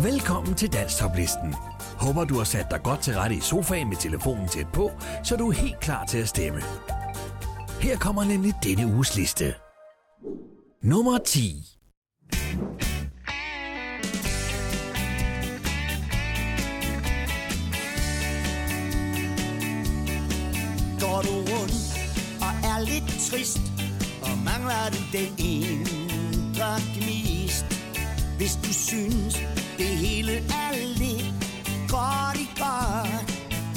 Velkommen til Danstoplisten. Håber du har sat dig godt til rette i sofaen med telefonen tæt på, så du er helt klar til at stemme. Her kommer nemlig denne uges liste. Nummer 10. Går du rundt og er lidt trist, og mangler du den indre gnist? Hvis du synes, det hele er lidt godt i godt,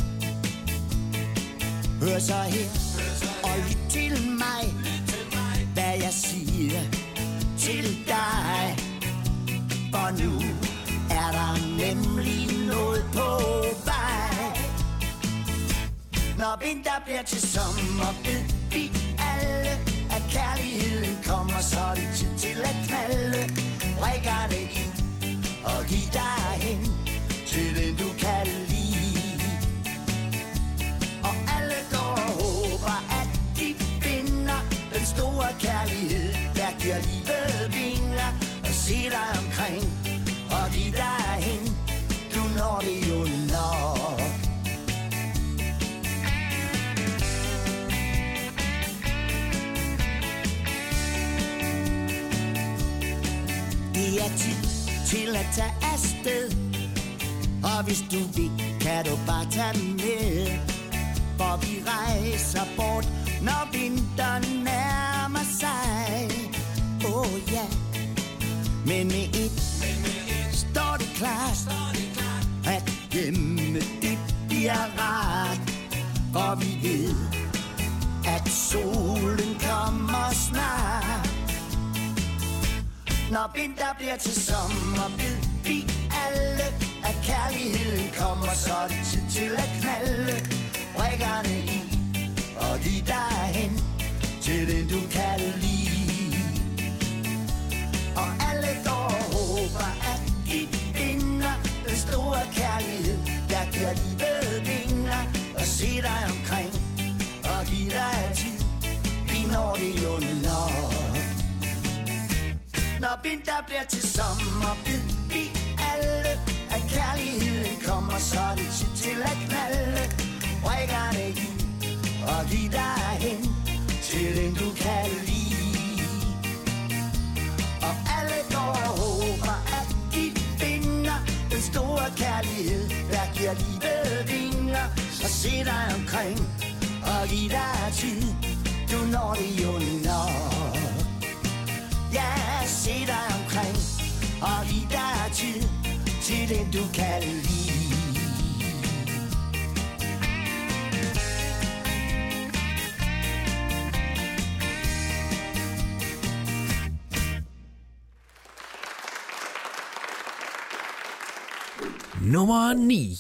hør så her og lyt til mig, hvad jeg siger til dig. For nu er der nemlig noget på vej. Når vinter bliver til sommer, ved vi alle, at kærligheden kommer, så er det tid til at knalde. Rækker det ind og giv dig hen til den du kan lide. Og alle går og håber, at de finder den store kærlighed, der giver livet vinger. Og se dig omkring og giv dig hen, du når det jo nok. Det er tid til at tage afsted, og hvis du vil, kan du bare tage med. For vi rejser bort, når vinteren nærmer sig. Oh ja, men med et står det klart, at hjemme det bliver rart. For vi ved, at solen kommer snart. Når vinter bliver til sommer, ved vi alle, at kærligheden kommer, så er det tid til at knalde. Rækkerne i og giv dig hen til den du kan lide. Og alle går og håber, at de finder den store kærlighed, der giver livet vinger. Og se dig omkring og giv dig tid, vi når det jo nok. Når vinter bliver til sommer, ved vi alle, at kærligheden kommer, så er det tid til at knalde. Rækkerne i og giv dig hen til den du kan lide. Og alle går og håber, at de finder den store kærlighed, der giver livet vinger. Og se dig omkring og giv dig tid, du når det jo nok. Ja, se dig omkring og giv dig tid til den du kan lide. Nummer 9.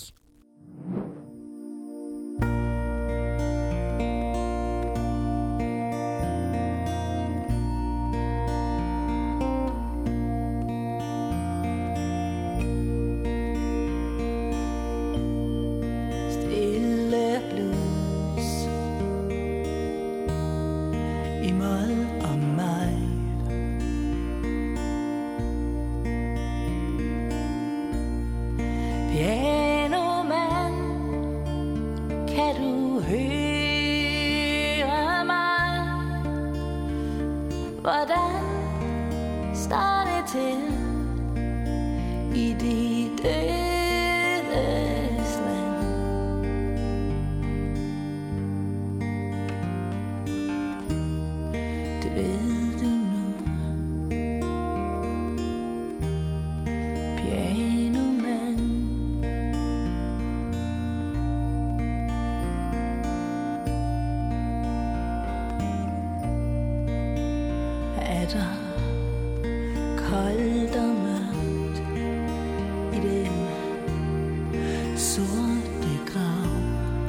Hvordan står det til i de dødes land? Det ved du nu, pianomand. Er der koldt og mørkt i den sorte grav?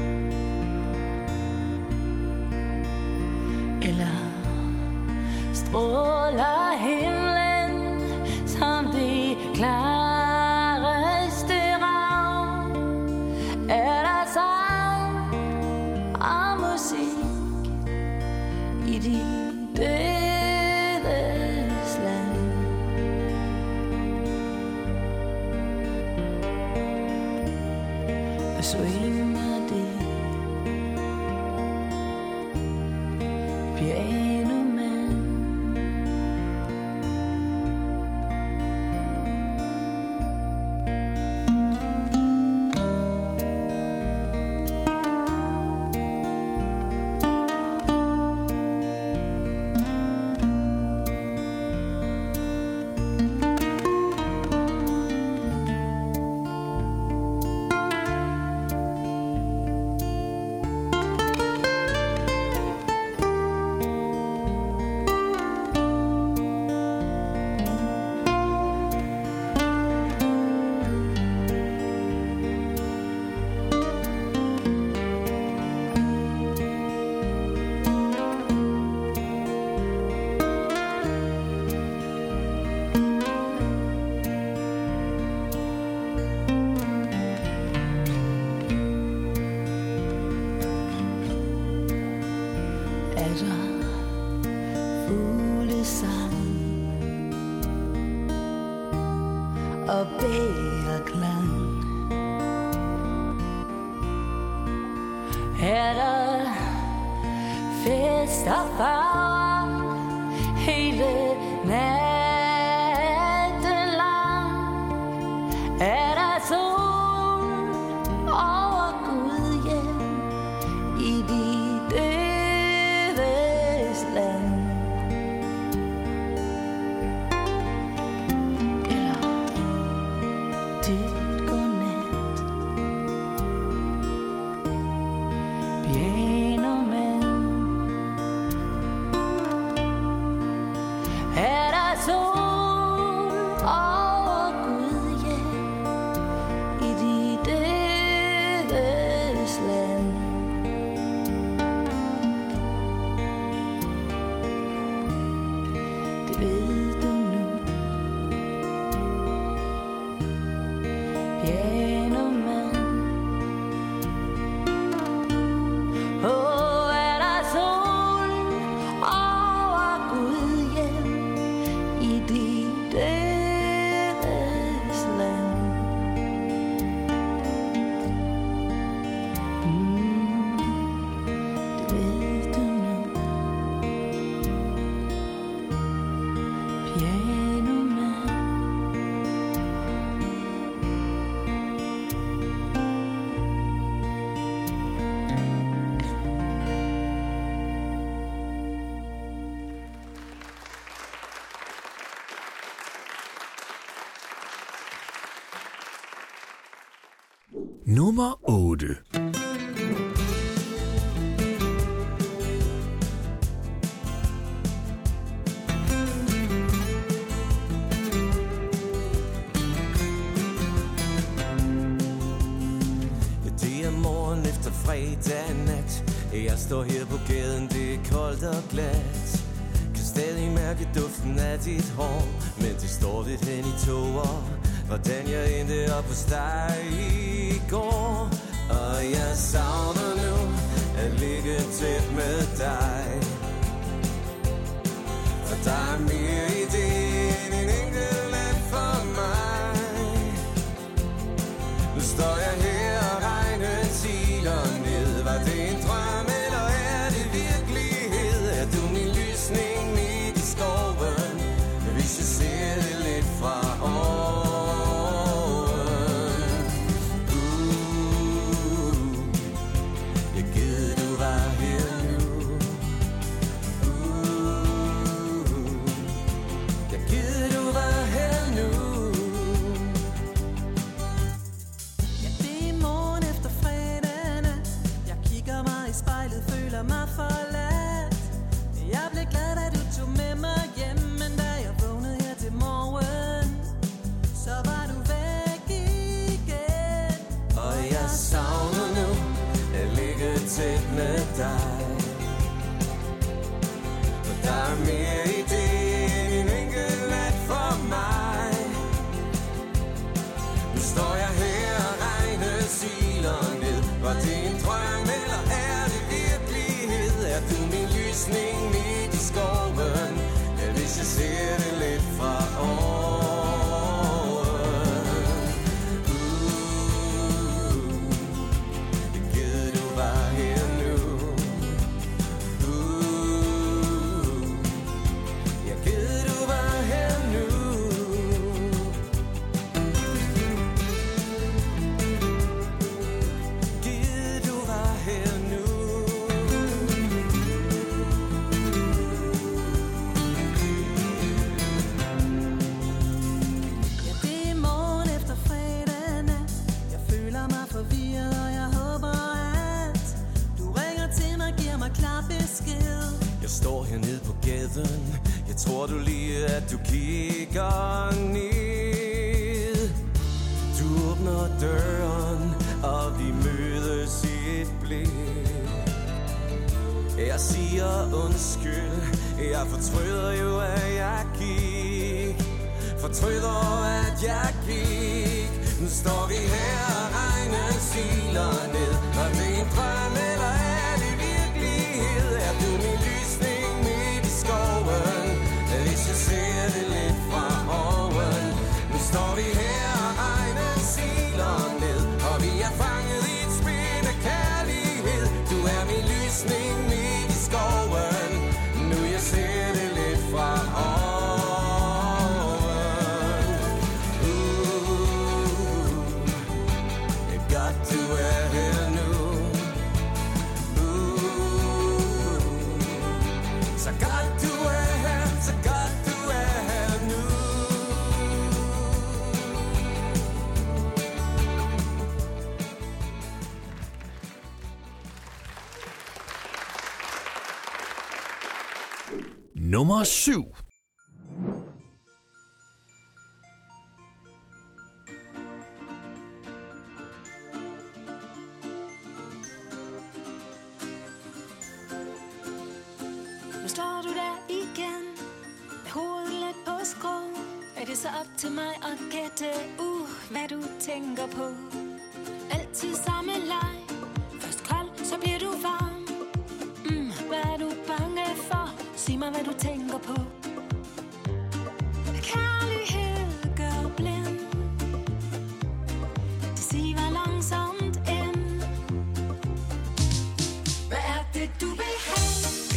Eller stråler himlen som det klareste rav? Er der sang og musik i de dødes land? svinger det pianomand. Og bæreklang er der fest og farver hele natten lang. Er der sol over Gudhjem i de døves land. Nummer 8. Fredag nat. Jeg står her på gaden, det er koldt og glat. Kan stadig mærke duften af dit hår, men det står lidt hen i tåger. Hvordan jeg endte op hos dig i går. Og jeg savner nu at ligge tæt med dig. For der er mere i det end en enkelt nat for mig. Nu står jeg her og regner tiler ned. Var det en drøm, eller er det virkelighed? Er du min lysning midt i skoven, hvis jeg ser det lidt fra oven? Jeg gid du var her nu. her ned på gaden. Jeg tror du lige, at du kigger ned. Du åbner døren, og vi mødes i et blik. Jeg siger undskyld, jeg fortryder jo, at jeg gik. Fortryder, at jeg gik. Nu står vi her, og regnen siler ned. Var det en drøm, eller er det virkelighed? Er du min lysning midt i skoven? Hvis jeg ser det lidt fra oven. Nu står vi her, og regnen siler ned. Og vi er fanget i et spind af kærlighed. Du er min lysning midt i skoven. Nu jeg ser det lidt fra oven. Du er her nu. Så godt du er her, så godt du er her nu. Nummer 7. Står du der igen, med hovedet lidt på skrå? Er det så op til mig at gætte, hvad du tænker på? Altid samme leg, først kold, så bliver du varm. Hvad er du bange for? Sig mig, hvad du tænker på. Kærlighed gør blind, det siver langsomt ind. Hvad er det, du vil have?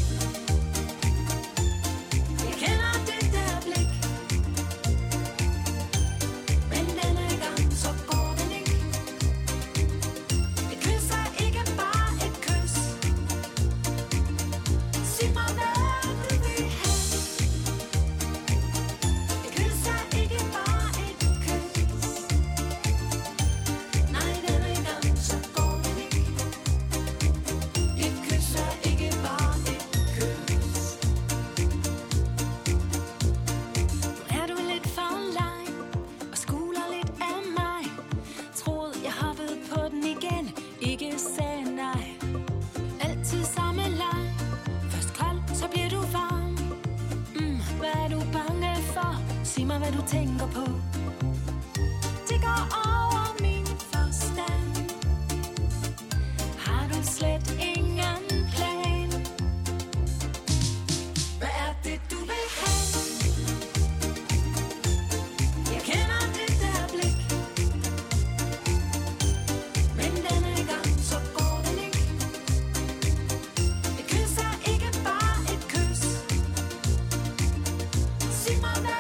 Sig mig, hvad du tænker på. Det går over min forstand. Har du slet ingen plan? Hvad er det, du vil have? Jeg kender det der blik, men denne gang så går den ikke. Et kys er ikke bare et kys. Sig mig, hvad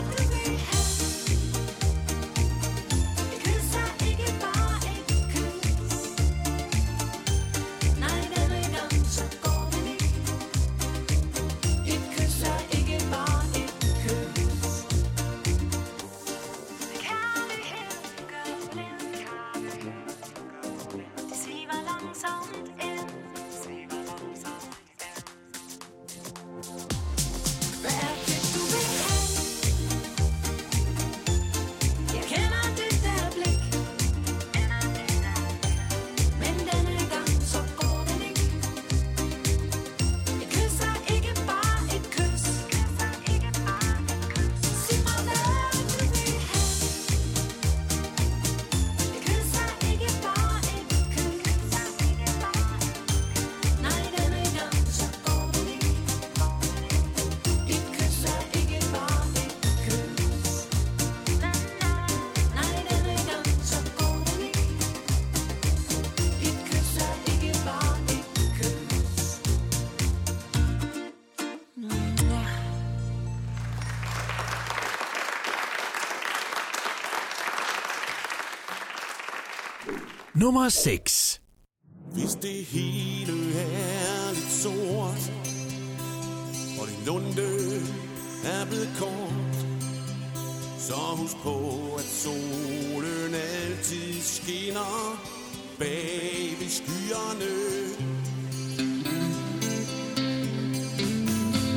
Nummer 6. Hvis det hele er lidt sort, og din lunde er blevet kort, så husk på, at solen altid skinner bag ved skyerne.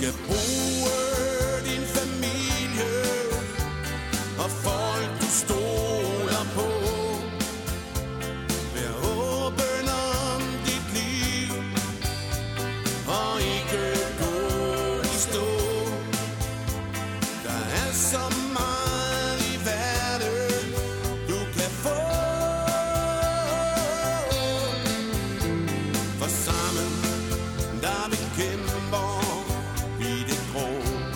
skal bruge din familie og folk du stoler på. Vær åben om dit liv og ikke gå i stå. Der er så meget i verden du kan få. For sammen der vi kæmper vi det grå.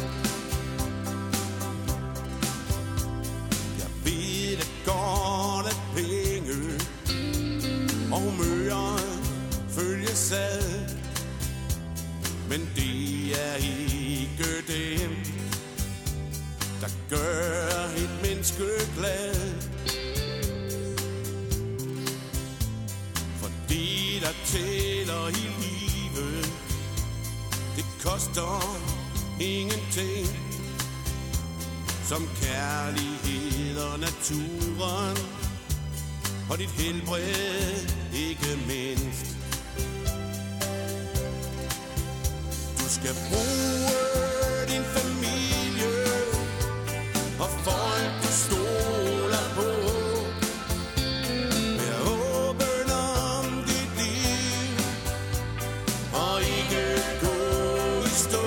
Jeg ved det godt at penge og humøret følges ad, men det er ikke dem der gør et menneske glad. For det der tæller i livet, det koster ingenting. Som kærlighed og naturen og dit helbred ikke mindst. Du skal bruge din familie og folk du stoler på. Vær åben om dit liv og ikke gå i stå.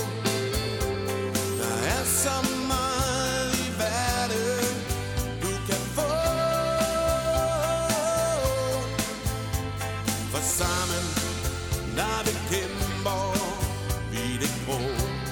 Der er så meget i verden du kan få. For sammen der vi kæmper vi det grå.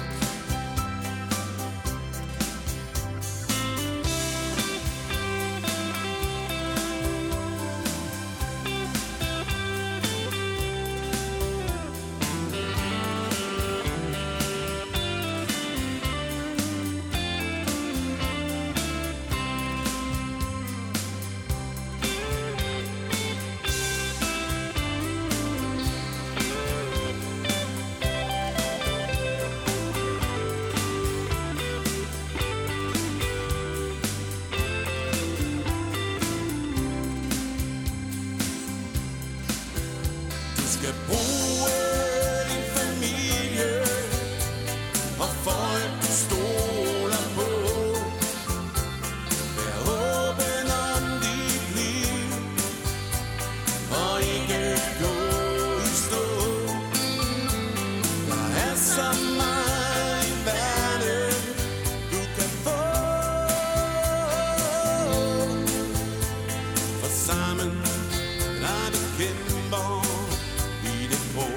Du skal bruge din familie og folk du stoler på. Vær åben om dit liv og ikke gå i stå. Der er så meget i verden du kan få. For sammen der vi kæmper vi det grå.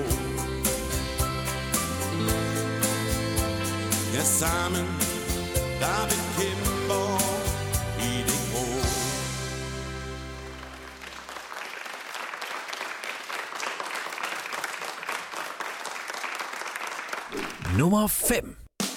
Ja, sammen der vi kæmper vi det grå. Nummer 5.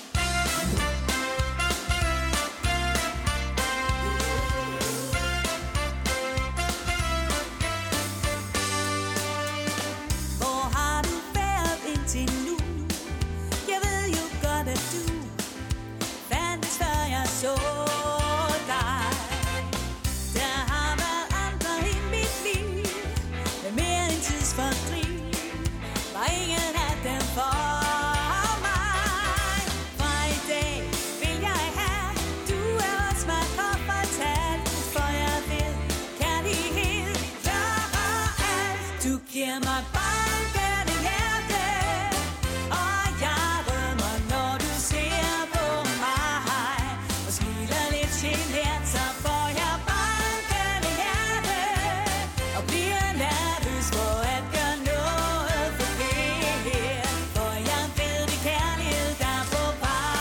Hvor har du været indtil nu? Jeg ved jo godt, at du fandtes før jeg så dig. Der har været andre i mit liv med mere end tidsfordriv. Var ingen af dem for mig. Fra i dag vil jeg have, du er også mig komfortalt. For jeg ved, kærlighed klarer alt. Du giver mig bankende hjerte, og jeg rømmer, når du ser på mig. Og smiler lidt genert, så får jeg bankende hjerte. Og bliver nervøs for at gøre noget forkert. For jeg ved, det er kærlighed, der er på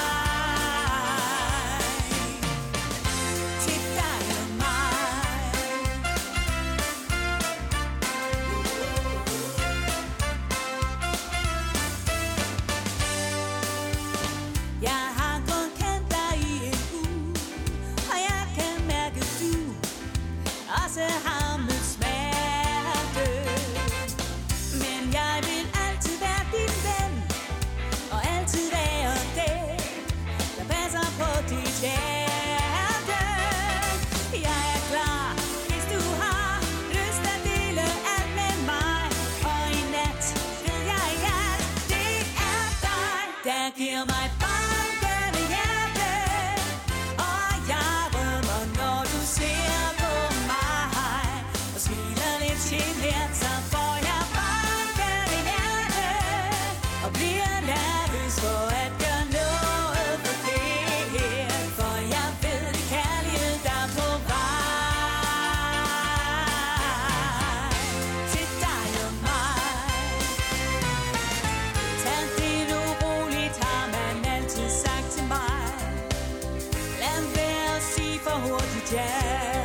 vej. Til dig og mig. giver mig bankende hjerte, og jeg rømmer, når du ser på mig, og smiler lidt genert, så får jeg bankende hjerte, og bliver nervøs for at gøre noget forkert, for jeg ved det kærlighed, der er på vej til dig og mig. Tag det nu roligt, har man altid sagt til mig. Lad være at sige for hurtigt ja.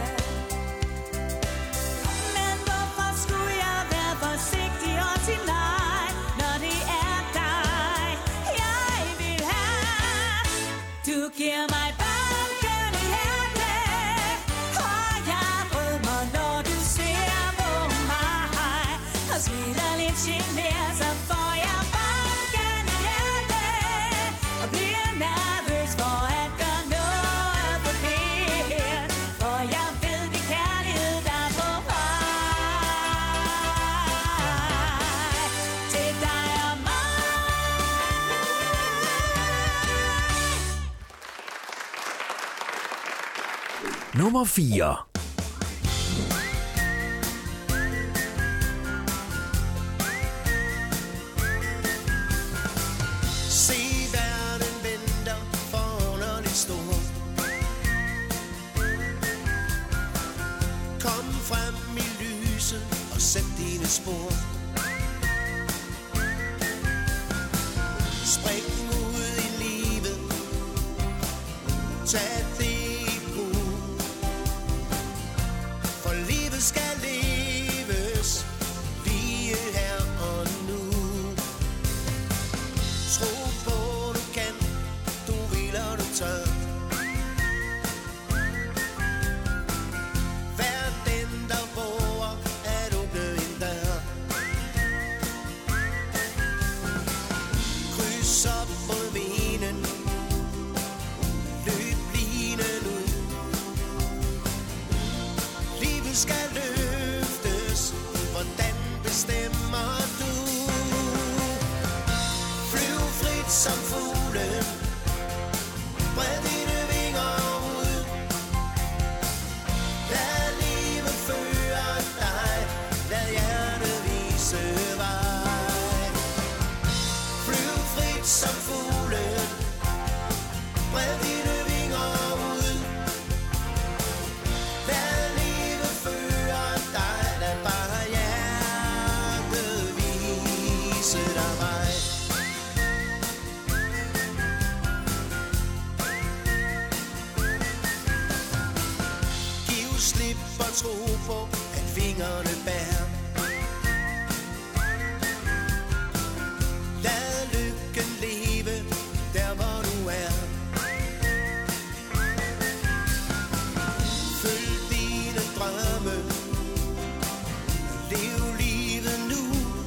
Men hvorfor skulle jeg være forsigtig og sige nej, når det er dig, jeg vil have? Du giver mig bankende hjerte, og jeg rømmer, når du ser på mig, og smiler lidt genert, så får jeg bankende hjerte, og bliver nervøs for at gøre noget forkert, for jeg ved det kærlighed, der er på vej til dig og mig. Nummer 4. Se verden venter forunderligt stor. Kom frem i lyset og sæt dine spor. Spring ud i livet, tag det i brug, for livet skal leves lige her og nu. Tro på du kan, du vil og du tør. Vær den der våger at åbne en dør. Kryds op mod vinden, løb linen ud. Livet skal løftes, hvordan bestemmer du? Flyv frit som fuglen, bred dine vinger ud. Lad livet føre dig, lad hjertet vise vej. Flyv frit som fuglen, bred dine vinger ud. Lad livet føre dig, lad bare hjertet vise dig vej. Giv slip og tro på, at vingerne bærer. Lad lykken leve der, hvor du er. Følg dine drømme, lev livet nu,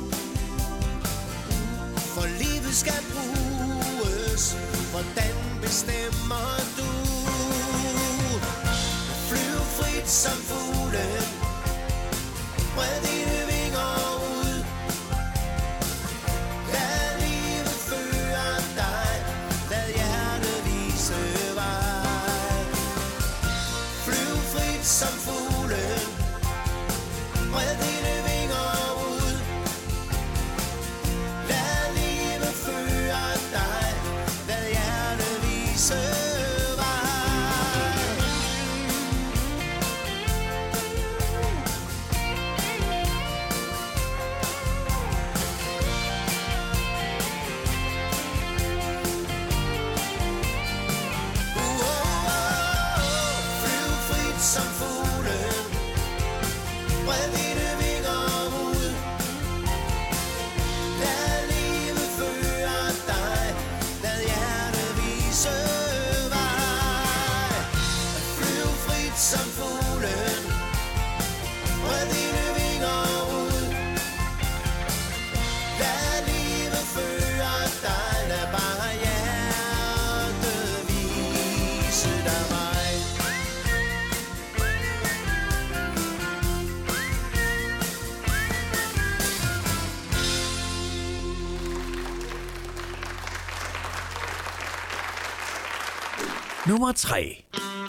for livet skal bruges, hvordan bestemmer du? Flyv frit som fuglen, bred dine vinger ud. Lad livet føre dig, lad hjertet vise vej. Flyv frit som fuglen, bred dine vinger ud. Lad livet føre dig, lad hjertet vise vej. Nummer 3.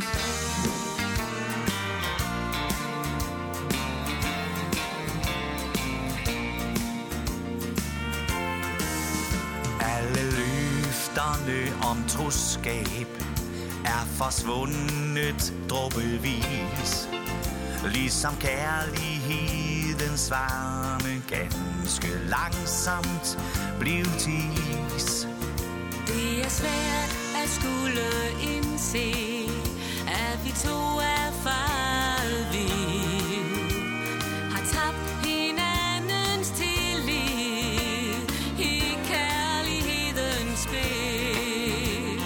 Alle løfterne om troskab er forsvundet dråbevis. Ligesom kærlighedens varme ganske langsomt blev til is. Det er svært at skulle indse, at vi to er faret vild. Har tabt hinandens tillid i kærlighedens spil.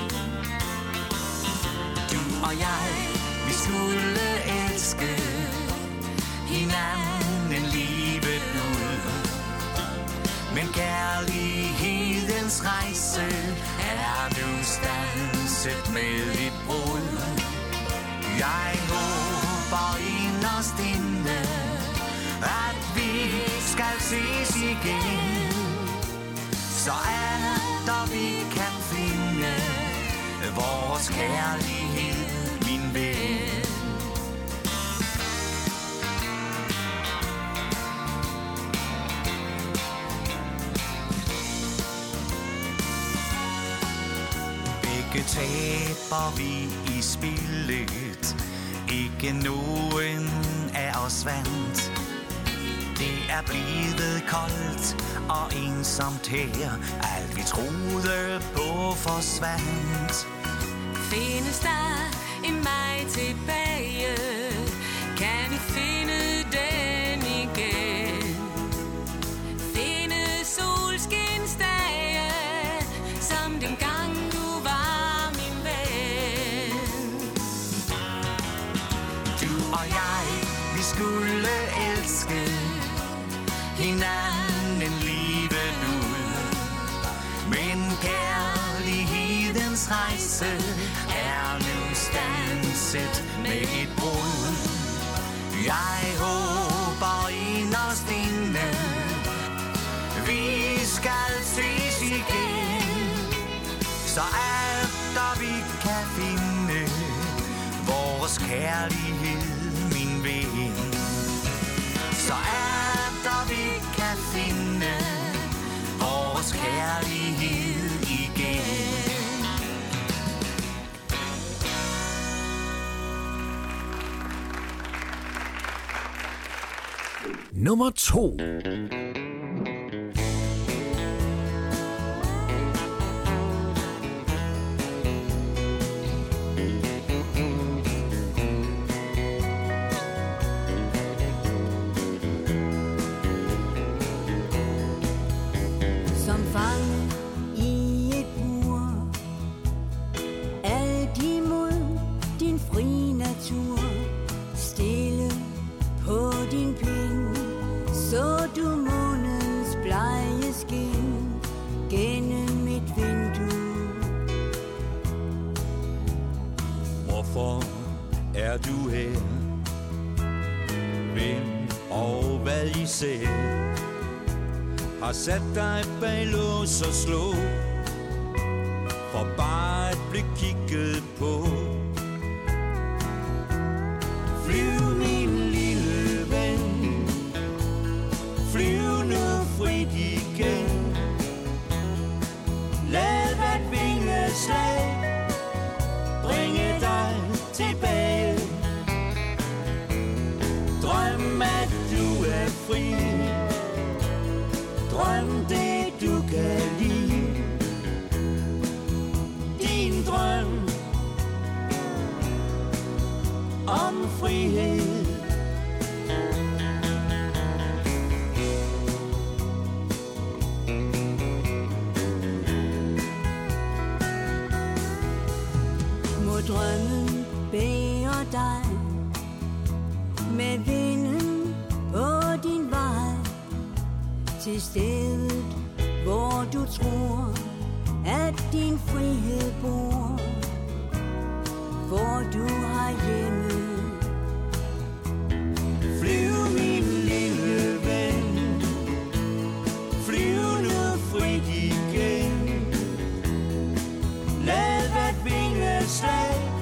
Du og jeg, vi skulle elske hinanden livet ud. Men kærlighedens rejse er nu standset med et brud. Jeg håber inderst inde, at vi skal ses igen, så at vi kan finde vores kærlighed, min ven. Taber vi i spillet, ikke nogen af os vandt. Det er blevet koldt og ensomt her, alt vi troede på forsvandt. Findes der en vej tilbage? Kan vi finde den igen? Finde solskinsdage, som dengang du var min ven. Du og jeg, vi skulle elske hinanden livet ud. Men kærlighedens rejse er nu standset med et brud. Jeg håber inderst inde, vi skal ses igen, så at vi kan finde vores kærlighed, min ven. Så at vi kan finde vores kærlighed igen. Nummer 2. Er du her? Hvem og hvad I ser har sat dig bag lås og slå for bare at blive kigget på. Flyv min lille ven, flyv nu frit igen. Lad hvert vingeslag bringe dig tilbage. Drøm at du er fri, drøm det du kan lide. Din drøm om frihed. Må drømmen bære dig med vinden på din vej til stedet, hvor du tror, at din frihed bor, hvor du har hjemme. Flyv min lille ven, flyv nu frit igen. Lad hvert vingeslag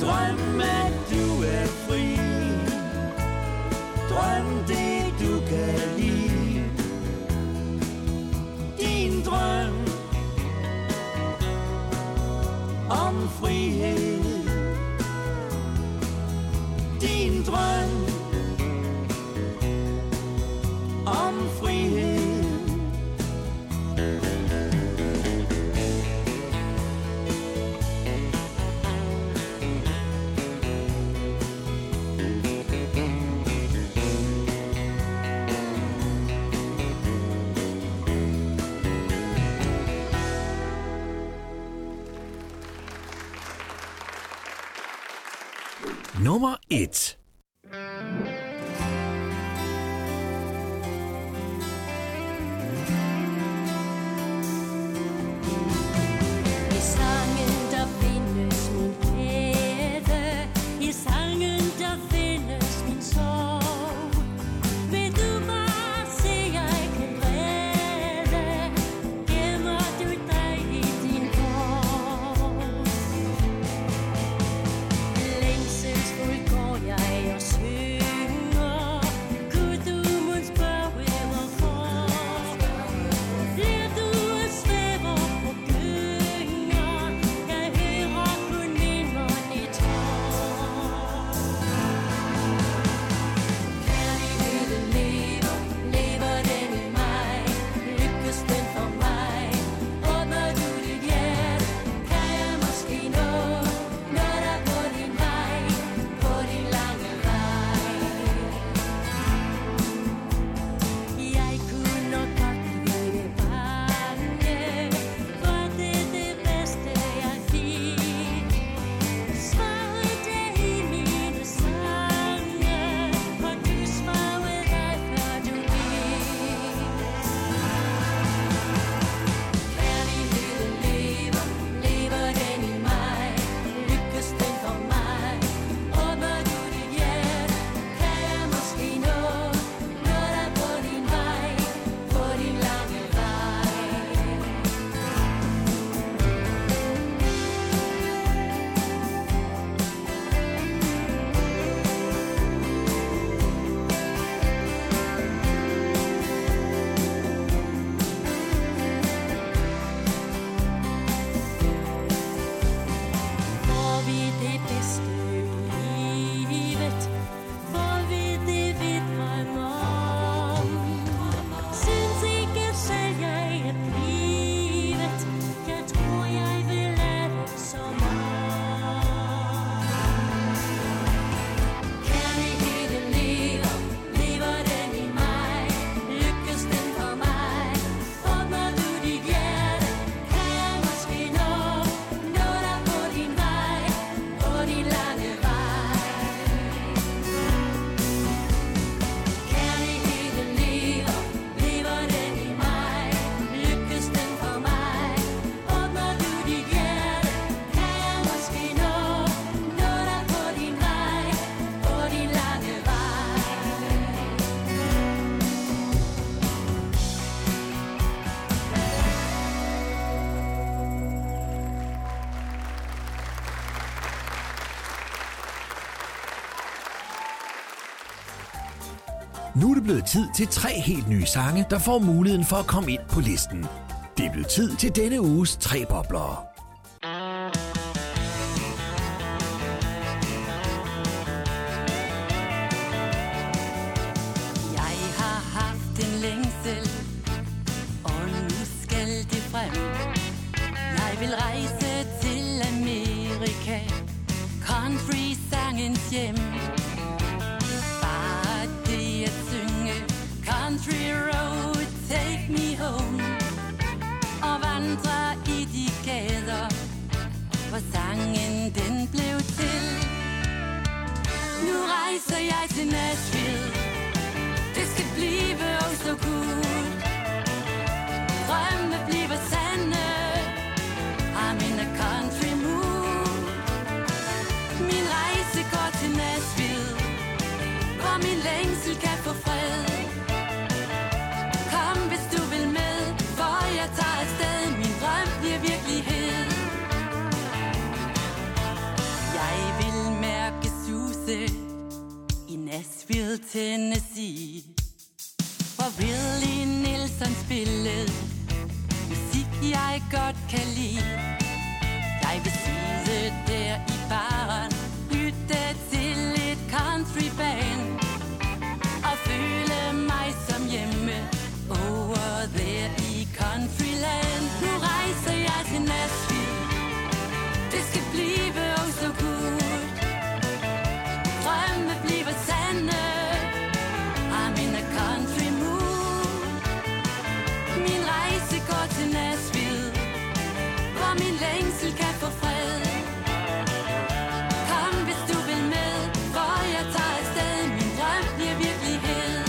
Drøm at du er fri. Drøm det du kan lide. Din drøm om frihed. Din drøm om frihed. Nummer 1. Nu er det blevet tid til 3 helt nye sange, der får muligheden for at komme ind på listen. Det er blevet tid til denne uges 3 bobler. Jeg har haft en længsel, og nu skal det frem. Jeg vil rejse til Amerika, country-sangens hjem. Country road, take me home. Og vandre i de gader, hvor sangen den blev til. Nu rejser jeg til Nashville, det skal blive oh so cool. Drømme bliver sande, I'm in a country mood. Min rejse går til Nashville, hvor min længsel kan få fred. Jeg tager afsted, min drøm bliver virkelighed. Jeg vil huset i Nashville, Tennessee, hvor Willie Nelson spillede musik, jeg godt kan lide. Jeg vil sidde der i baren, lytte til et countryband og føle mig som hjemme over there i countryland. Nu rejser jeg til Nashville, det skal blive oh so good. Drømme bliver sande, I'm in a country mood. Min rejse går til Nashville, hvor min længsel kan få fred. Kom hvis du vil med, for jeg tager afsted, min drøm bliver virkelighed.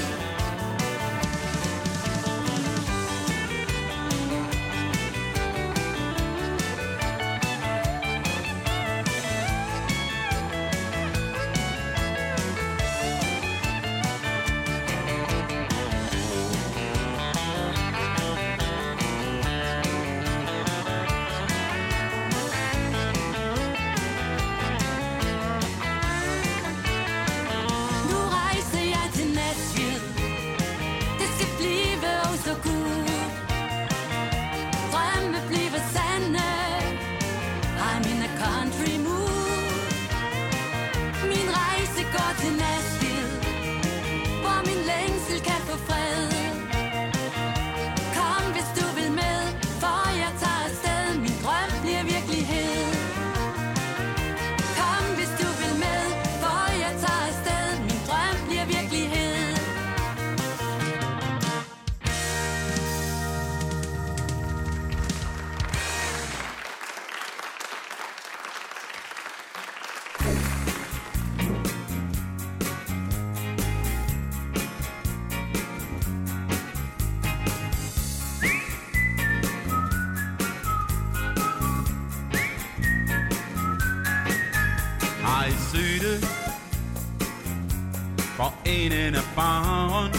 For enden af baren,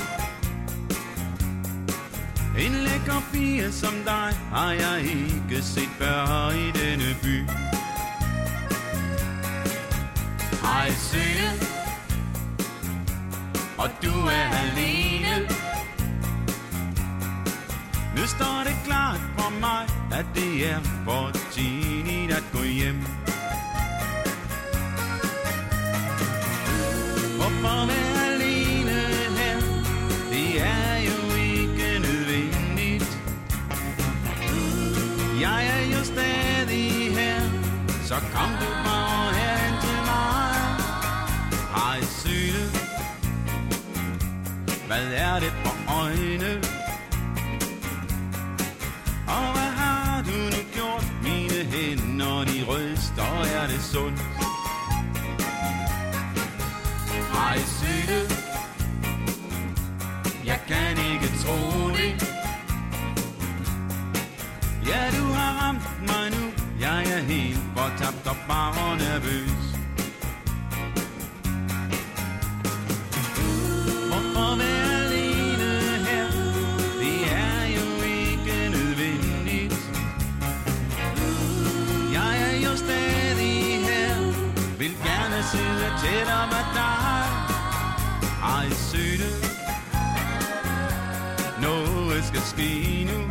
en lækker pige som dig har jeg ikke set før i denne by. Hej søde, og du er alene. Nu står det klart for mig, at det er for tidligt at gå hjem. Hvorfor være alene her? Det er jo ikke nødvendigt. Jeg er jo stadig her, så kom du bare herhen til mig. Hej søde, hvad er det for øjne? Og hvad har du nu gjort? Mine hænder de ryster, er det sundt? Hej søde, jeg kan ikke tro det. Ja, du har ramt mig nu, jeg er helt fortabt og bare nervøs. Hvorfor være alene her? Det er jo ikke nødvendigt. Jeg er jo stadig her, vil gerne sidde tættere med dig. Ej søde, noget skal ske nu.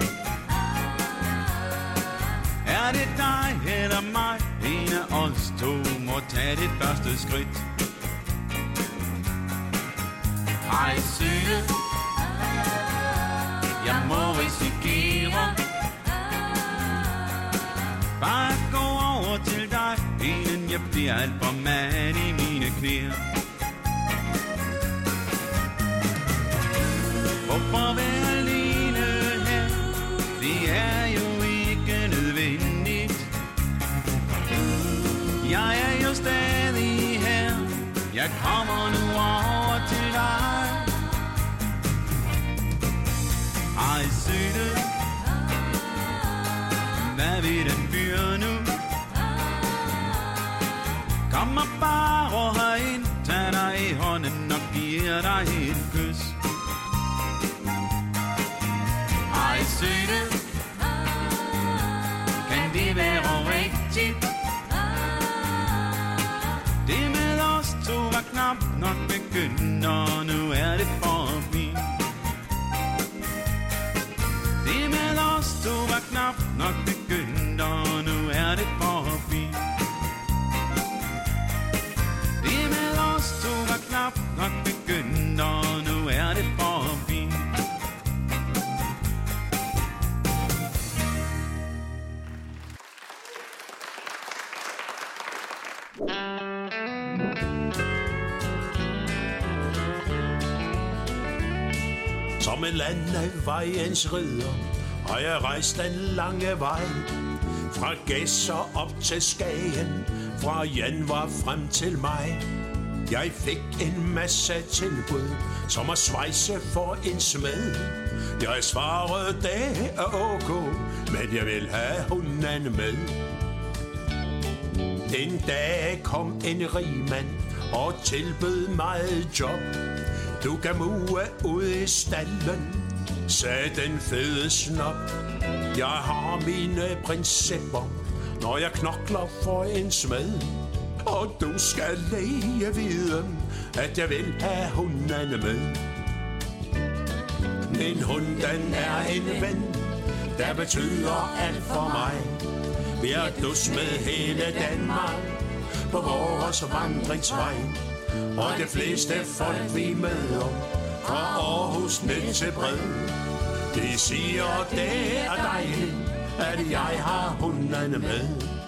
Er det dig eller mig? En af os to må tage det første skridt. Ej søde, jeg må risikere bare at gå over til dig, inden jeg bliver alt for mand i mine knæer. Hvorfor være alene her? Det er jo ikke nødvendigt. Jeg er jo stadig her, jeg kommer nu over til dig. Ej søde, hvad vil den fyre nu? Kom og bare herind, tag dig i hånden og giver dig et kys. Ej søde, kan det være rigtigt? Det med os to var knap nok begyndt, og nu er det forbi. Det med os to var knap nok begyndt, og nu er det forbi. Det med os to var knap nok begyndt, og nu er det forbi. Som en landevejens ridder har jeg rejst den lange vej. Fra Gedser op til Skagen, fra januar frem til maj. Jeg fik en masse tilbud, som at svejse for en smed. Jeg svarede, det er ok, men jeg vil have hunden med. En dag kom en rigmand og tilbød mig et job. Du kan mue ud i stallen, sagde den fede snop. Jeg har mine principper, når jeg knokler for en smed. Og du skal læge vide, at jeg vil have hundene med. Min hund, den er en ven, der betyder alt for mig. Vi har dus med hele Danmark på vores vandringsvej. Og de fleste folk vi møder, fra Aarhus ned til Bred, de siger, det er dejligt, at jeg har hundene med.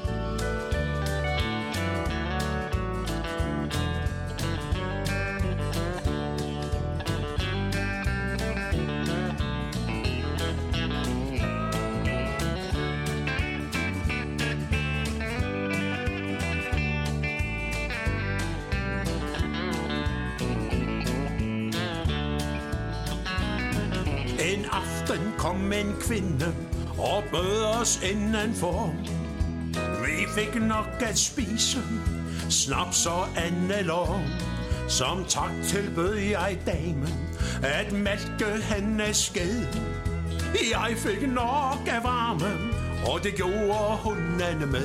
En aften kom en kvinde og bød os indenfor. Vi fik nok at spise, snaps og annelår. Som tak tilbød jeg damen at malke hendes sked. Jeg fik nok af varme, og det gjorde hundene med.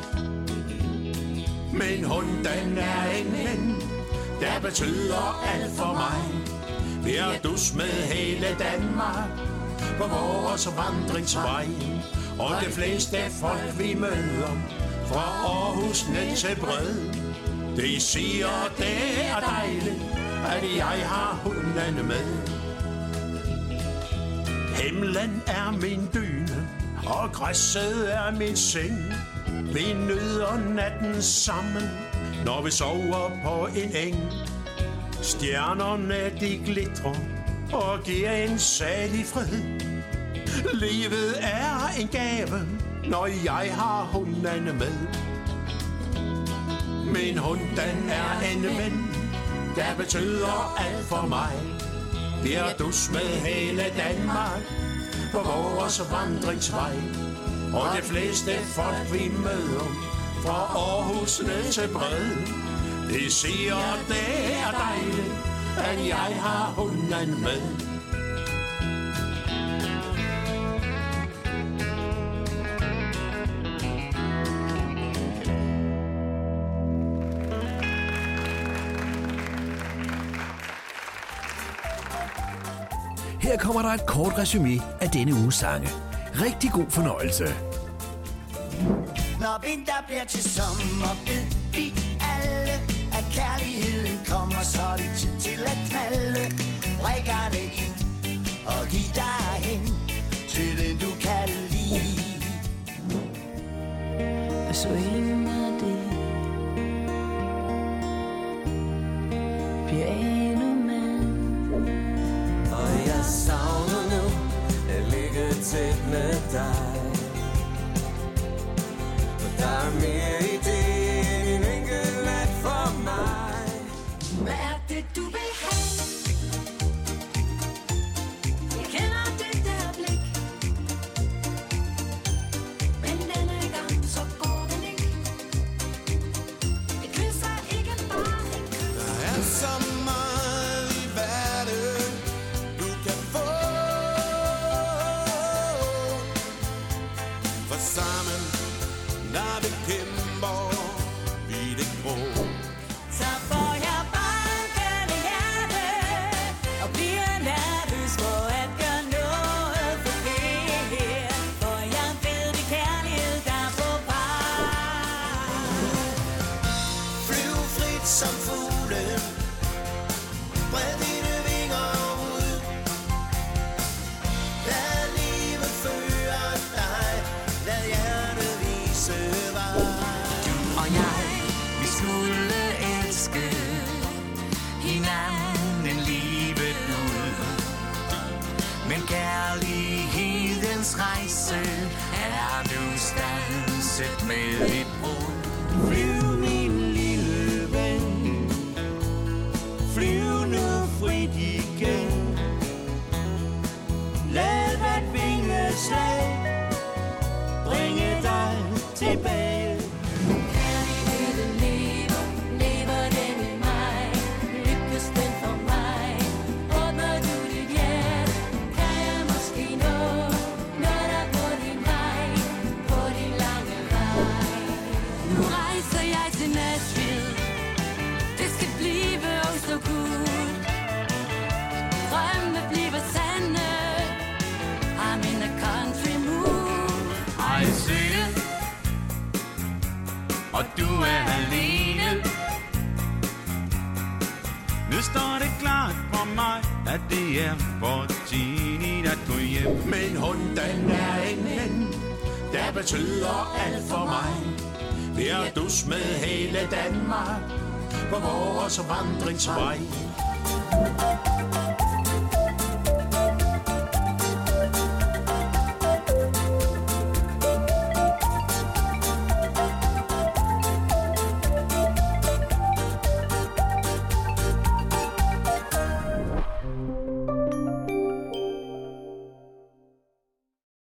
Men hunden, den er en ven, der betyder alt for mig. Vi er dus med hele Danmark på vores vandringsvej. Og de fleste folk vi møder, fra Aarhus ned til Bred, de siger, det er dejligt, at jeg har hundene med. Himlen er min dyne, og græsset er min seng. Vi nyder natten sammen, når vi sover på en eng. Stjernerne de glitrer og giver en salig fred. Livet er en gave, når jeg har hundene med. Min hund, den er en ven, der betyder alt for mig. Vi er dus med hele Danmark på vores vandringsvej. Og de fleste folk vi møder, fra Aarhus ned til Bred, de siger, det er dejligt, at jeg har hunden med. Her kommer der et kort resumé af denne uges sange. Rigtig god fornøjelse. Når vinter bliver til sommer, ved vi alle, at kærligheden kommer, så er det tid til at knalde. Rækker det ind og giv dig hen til den du kan lide. Og så ender det pianomand. Og jeg savner nu at ligge tæt med dig. For der er mere i det end en enkelt nat for mig. Hvad er det du vil have? Jeg kender det der blik, men denne gang så går den ikke. Et kys er ikke bare en kys. Der er så meget i verden, du kan få. For sammen, når vi kæmper, vi det grå. Så får jeg bare let som fuglen. Bred dine vinger ud. Lad livet føre dig. Lad hjertet vise vej. Du og jeg, vi skulle elske hinanden livet ud. Men kærlighedens rejse er nu standset med et brud. Flyv, min lille ven. Flyv nu frit igen. Lad hvert vingeslag bringe dig tilbage. Kærligheden lever, lever den i mig. Lykkes den for mig. Åbner du dit hjerte, kan jeg måske nå der på din vej, på din lange vej. Nu rejser jeg til Nashville. Det skal blive oh so good. Drømme bliver sande. I'm in a country mood. Ej, søde, og du er alene. Nu står det klart for mig, at det er for tidligt at gå hjem. Men hun, den er en ven, der betyder alt for mig. Vi er dus med hele Danmark på vores vandringsvej.